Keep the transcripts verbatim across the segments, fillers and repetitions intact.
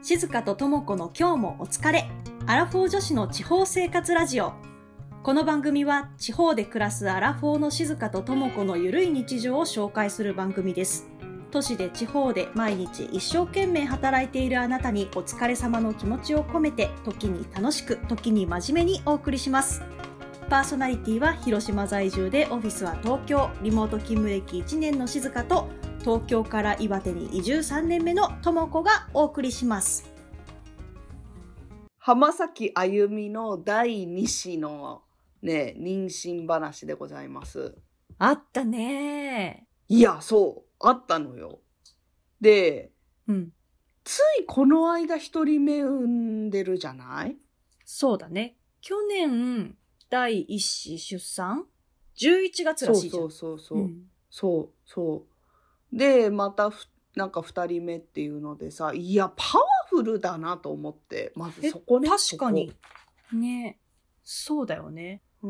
静香と智子の今日もお疲れ。アラフォー女子の地方生活ラジオ。この番組は地方で暮らすアラフォーの静香と智子のゆるい日常を紹介する番組です。都市で地方で毎日一生懸命働いているあなたにお疲れ様の気持ちを込めて、時に楽しく時に真面目にお送りします。パーソナリティは広島在住でオフィスは東京、リモート勤務歴いちねんの静香と、東京から岩手に移住さんねんめの智子がお送りします。 浜崎あゆみのだいに子のね、妊娠話でございます。 あったね。 いや、そう、あったのよ。で、 うん、 ついこの間一人目産んでるじゃない？ そうだね。去年、だいいっ子出産 ?じゅういちがつらしいじゃん。 そうそうそうそう。うん、そうそう。で、またふ、なんか二人目っていうのでさ、いや、パワフルだなと思って、まずそこね。 確かに。ね。そうだよね。 うん。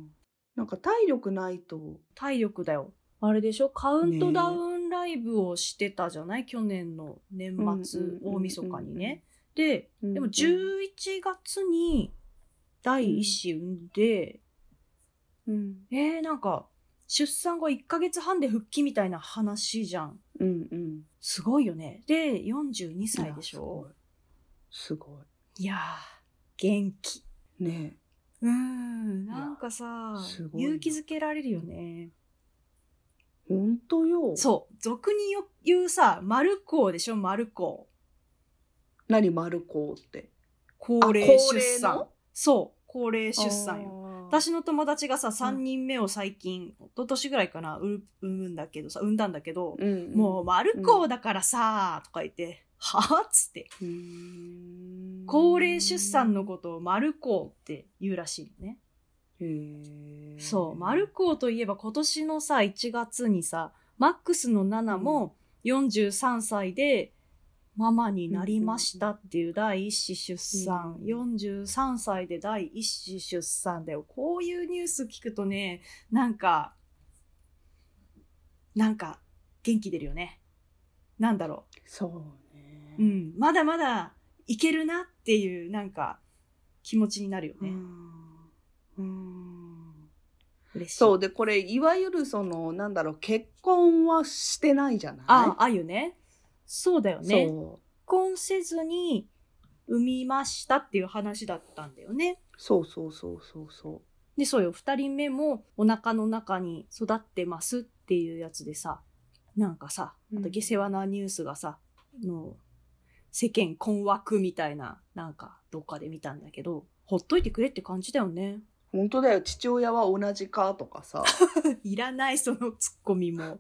なんか体力ないと。 体力だよ。あれでしょ？カウントダウンライブをしてたじゃない？去年の年末、大晦日にね。で、でもじゅういちがつにだいいっ子産んで、うん、えー、なんか、出産後いっかげつはんで復帰みたいな話じゃん。 うんうん。 すごいよね。で、よんじゅうにさいでしょ？ すごい。 いやー、元気。 ねえ。うん、なんかさ、勇気づけられるよね。 ほんとよ。 そう。俗に言うさ、丸高でしょ？丸高。 何丸高って。 高齢出産。そう。高齢出産よ。私の友達がさ、さんにんめを最近、一昨年ぐらいかな、産むんだけどさ、産んだんだけど、うんうん、もう丸高だからさ、とか言って、はぁっつって。高齢出産のことを丸高って言うらしいのね。へそう、丸高といえば今年のさ、いちがつにさ、マックスのナナもよんじゅうさんさいでママになりましたっていうだいいっ子出産、うん、よんじゅうさんさいでだいいっ子出産だよ。こういうニュース聞くとね、なんか、なんか元気出るよね。なんだろう。 そうね。 うん、まだまだいけるなっていうなんか気持ちになるよね。 うんうん嬉しい。そうで、これいわゆるそのなんだろう、結婚はしてないじゃない？ ああ、あゆね。そうだよね。結婚せずに産みましたっていう話だったんだよね。 そうそうそうそうそう。 で、そうよ。二人目もお腹の中に育ってますっていうやつでさ、なんかさ、あと下世話なニュースがさ、うん、の世間困惑みたいな、なんかどっかで見たんだけど、ほっといてくれって感じだよね。 本当だよ。父親は同じかとかさ。 いらないそのツッコミも。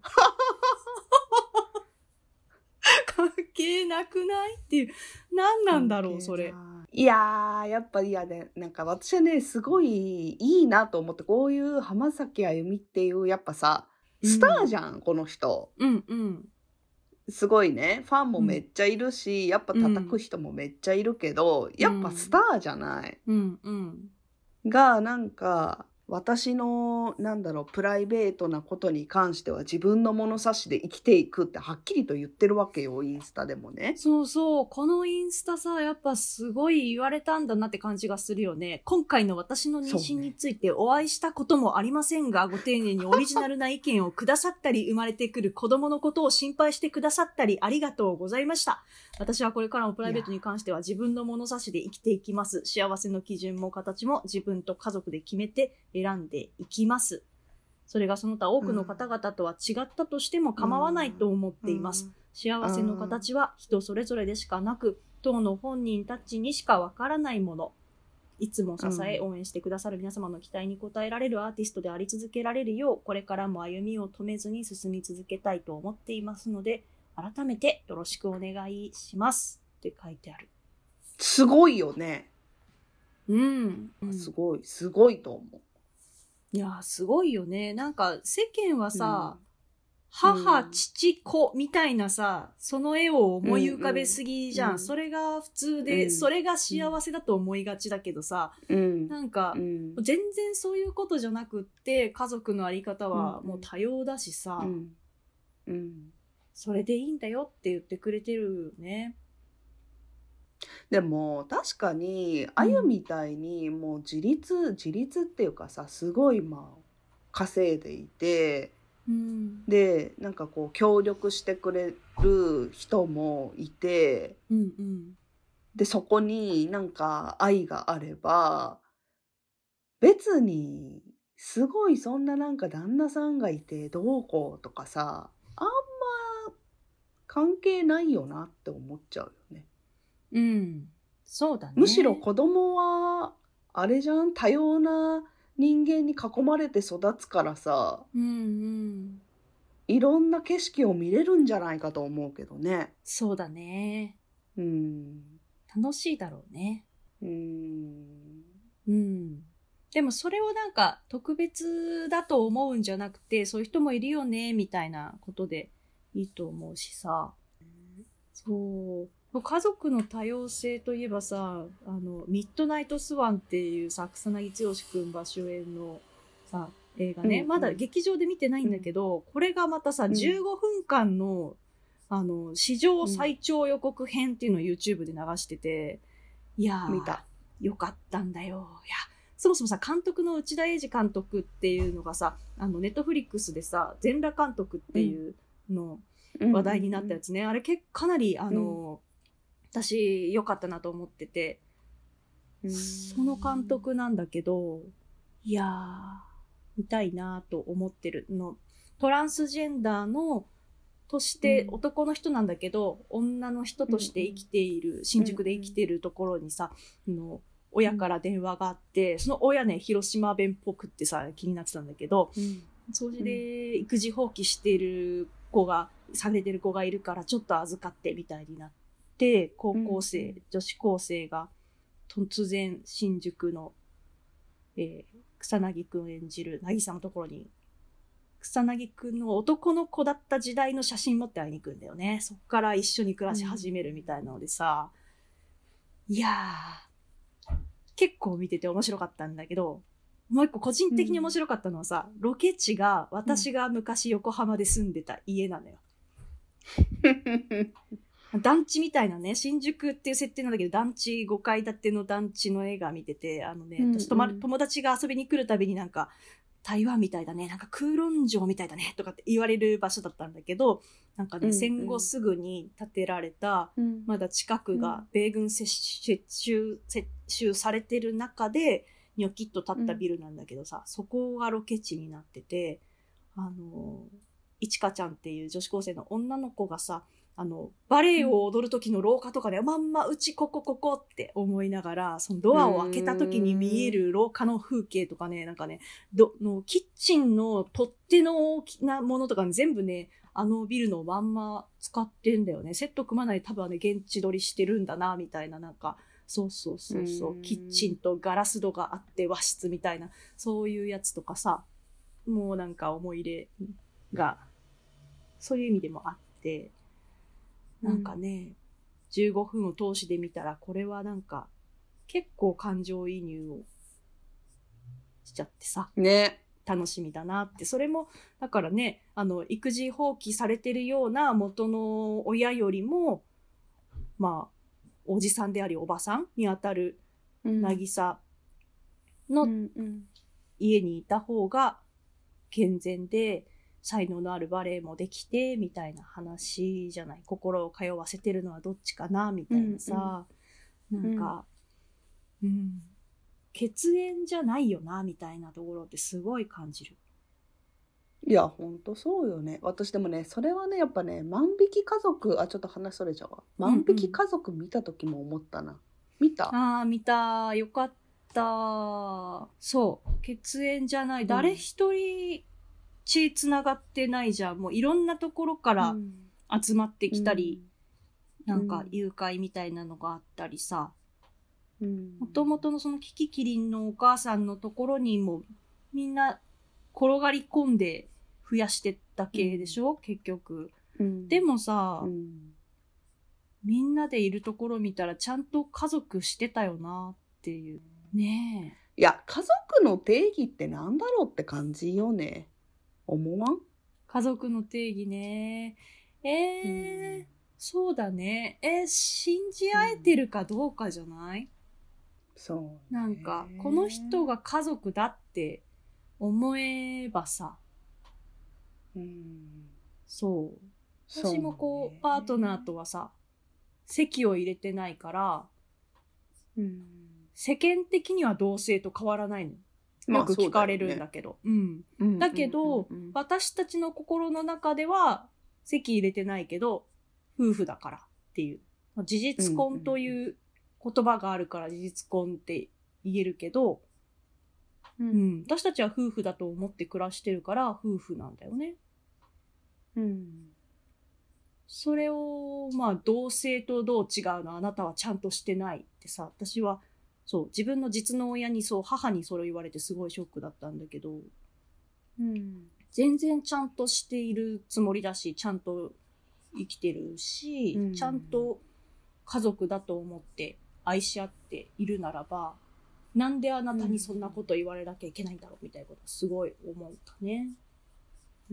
関係なくないっていう。何なんだろう、それ。 いやー、やっぱりいやね、なんか私はね、すごいいいなと思って、こういう浜崎あゆみっていう、やっぱさ、スターじゃん、うん、この人。 うんうん。 すごいね、ファンもめっちゃいるし、うん、やっぱ叩く人もめっちゃいるけど、うん、やっぱスターじゃない。 うんうん。 が、なんか、私の、なんだろう、プライベートなことに関しては自分の物差しで生きていくってはっきりと言ってるわけよ、インスタでもね。 そうそう。このインスタさ、やっぱすごい言われたんだなって感じがするよね。今回の私の妊娠についてお会いしたこともありませんが、ね、ご丁寧にオリジナルな意見をくださったり、生まれてくる子供のことを心配してくださったり、ありがとうございました。私はこれからもプライベートに関しては自分の物差しで生きていきます。幸せの基準も形も自分と家族で決めて選んでいきます。それがその他多くの方々とは違ったとしても構わないと思っています。うんうん、幸せの形は人それぞれでしかなく、当の本人たちにしかわからないもの。いつも支え、応援してくださる皆様の期待に応えられるアーティストであり続けられるよう、これからも歩みを止めずに進み続けたいと思っていますので、改めてよろしくお願いしますって書いてある。 すごいよね。 うん。 うん、すごい、すごいと思う。 いや、すごいよね。なんか世間はさ、うん、母、うん、父、子みたいなさ、その絵を思い浮かべすぎじゃん。うんうん、それが普通で、うん、それが幸せだと思いがちだけどさ、うん、なんか、うん、全然そういうことじゃなくって、家族のあり方はもう多様だしさ、うんうん、それでいいんだよって言ってくれてるよね。 でも確かにあゆみたいにもう自立自立っていうかさ、すごいまあ稼いでいて、 うん、 でなんかこう協力してくれる人もいて、 うん、うん、 でそこになんか愛があれば、別にすごいそんななんか旦那さんがいてどうこうとかさ、あんま関係ないよなって思っちゃうよね。 うん。そうだむしろね。 子供はあれじゃん、多様な人間に囲まれて育つからさ、 うん、うん。 いろんな景色を見れるんじゃないかと思うけどね。 そうだね。 うん。 楽しいだろうね。 うーん。 うん。でもそれをなんか特別だと思うんじゃなくて、そういう人もいるよね、みたいなことでいいと思うしさ。そう。家族の多様性といえばさ、あの、ミッドナイトスワンっていうさ、草薙剛くんが主演のさ、映画ね、 うんまだ劇場で見てないんだけど、これがまたさ、 うんじゅうごふんかんの、あの、史上最長予告編っていうのを YouTube で流してて、いやー、 見た。 よかったんだよ。いや、そもそもさ、監督の内田英二監督っていうのがさ、あの、ネットフリックスでさ、全裸監督っていうの話題になったやつね。あれ結構かなり、あの、私良かったなと思ってて、 うんその監督なんだけど、いやー、見たいなと思ってるの。トランスジェンダーの、として男の人なんだけど、うん、女の人として生きている、新宿で生きているところにさ、の親から電話があって、その親ね、広島弁っぽくってさ、気になってたんだけど、うん、それで育児放棄している子が、されてる子がいるからちょっと預かってみたいになって、高校生、うん、女子高生が突然新宿の、えー、草薙くん演じる渚のところに、草薙くんの男の子だった時代の写真持って会いに行くんだよね。そっから一緒に暮らし始めるみたいなのでさ、うん、いやー、結構見てて面白かったんだけど、もう一個個人的に面白かったのはさ、うん、ロケ地が私が昔横浜で住んでた家なのよ。団地みたいなね、新宿っていう設定なんだけど、団地ごかい建ての団地の絵が見てて、あのね、うんうん、私友達が遊びに来るたびになんか、台湾みたいだね、なんか空論城みたいだねとかって言われる場所だったんだけど、なんかね、うんうん、戦後すぐに建てられた、うん、まだ近くが米軍接収、接収されてる中でニョキッと建ったビルなんだけどさ、うん、そこがロケ地になってて、あのいちかちゃんっていう女子高生の女の子がさ、あのバレエを踊る時の廊下とかで、うん、まんまうちここここって思いながら、そのドアを開けた時に見える廊下の風景とかね、なんかね、どのキッチンの取っ手の大きなものとか、ね、全部ね、あのビルのまんま使ってんだよね。セット組まない多分ね、現地撮りしてるんだなみたいな、なんかそうそうそうそう、キッチンとガラス戸があって和室みたいな、そういうやつとかさ、もうなんか思い入れがそういう意味でもあって、なんかね、うん、じゅうごふんを通しで見たら、これはなんか結構感情移入をしちゃってさ、 ね、 楽しみだなって。それもだからね、あの育児放棄されてるような元の親よりも、まあおじさんでありおばさんにあたる渚の家にいた方が健全で、才能のあるバレエもできてみたいな話じゃない。心を通わせてるのはどっちかなみたいなさ、うんうん、なんか、うん、血縁じゃないよなみたいなところってすごい感じる。 いやほんとそうよね。私でもね、それはね、やっぱね、万引き家族、あちょっと話それちゃうわ。万引き家族見た時も思ったな。うんうん、見た？ ああ、見た。よかった。そう血縁じゃない、誰一人血つながってないじゃん。もういろんなところから集まってきたり、うん、なんか誘拐みたいなのがあったりさ、もともとのそのキキキリンのお母さんのところにもみんな転がり込んで増やしてった系でしょ、うん、結局、うん、でもさ、うん、みんなでいるところ見たらちゃんと家族してたよなっていうねえ。いや家族の定義ってなんだろうって感じよね。思わん？ 家族の定義ね。えー、 そうだね。え、信じ合えてるかどうかじゃない？うん、 そうね。 なんか、この人が家族だって思えばさ、 うん、 そう。私もこう、ね、パートナーとはさ、籍を入れてないから、うん、世間的には同性と変わらないの。よく聞かれるんだけど。まあ、ね、うん。だけど、うんうんうんうん、私たちの心の中では、籍入れてないけど、夫婦だからっていう。事実婚という言葉があるから事実婚って言えるけど、うんうん、私たちは夫婦だと思って暮らしてるから夫婦なんだよね。うん。それを、まあ、同性とどう違うの？あなたはちゃんとしてないってさ、私は、そう、自分の実の親にそう、母にそれ言われてすごいショックだったんだけど、うん、全然ちゃんとしているつもりだし、ちゃんと生きてるし、うん、ちゃんと家族だと思って愛し合っているならば、なんであなたにそんなこと言われなきゃいけないんだろうみたいなことすごい思ったね。うん、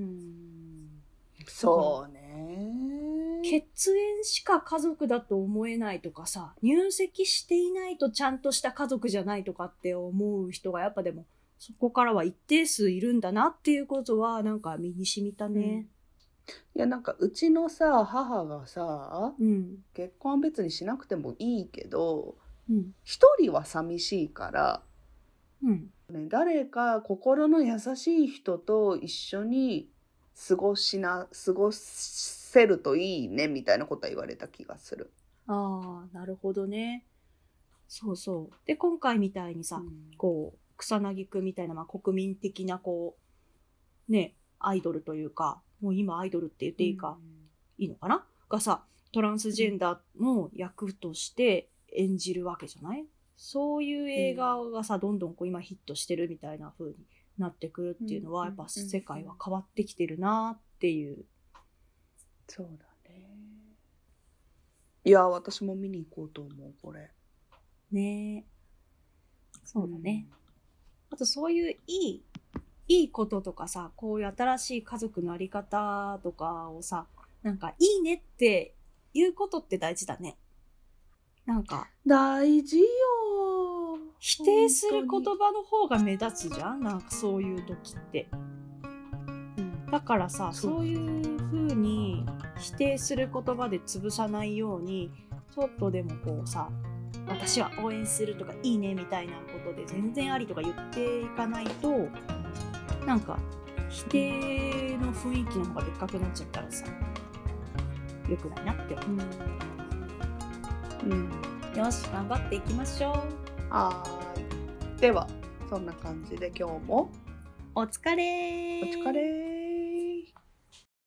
そうね。 血縁しか家族だと思えないとかさ、入籍していないとちゃんとした家族じゃないとかって思う人がやっぱでもそこからは一定数いるんだなっていうことはなんか身に染みたね。 うん、いやなんかうちのさ母がさ、うん、結婚は別にしなくてもいいけど、一、うん、人は寂しいから、うんね、誰か心の優しい人と一緒に過ごしな過ごせるといいねみたいなことは言われた気がする。 ああ、なるほどね。そうそう。で今回みたいにさ、うん、こう草薙くんみたいな、まあ、国民的なこうねアイドルというか、もう今アイドルって言っていいか、うん、いいのかながさ、トランスジェンダーの役として演じるわけじゃない？そういう映画がさ、どんどんこう今ヒットしてるみたいな風になってくるっていうのは、やっぱ世界は変わってきてるなっていう。 そうだね。いや私も見に行こうと思うこれ。 ねえ。そうだね。うん、あとそういういいいいこととかさ、こういう新しい家族のあり方とかをさ、なんかいいねって言うことって大事だね。なんか大事よ。 否定する言葉の方が目立つじゃん、なんかそういう時って、うん、だからさ、そう、そういう風に否定する言葉で潰さないように、ちょっとでもこうさ、私は応援するとかいいねみたいなことで全然ありとか言っていかないと、なんか否定の雰囲気の方がでっかくなっちゃったらさ、良くないなって思う。うん、うん、よし頑張っていきましょう。 はい。ではそんな感じで今日もお疲れー。 お疲れー。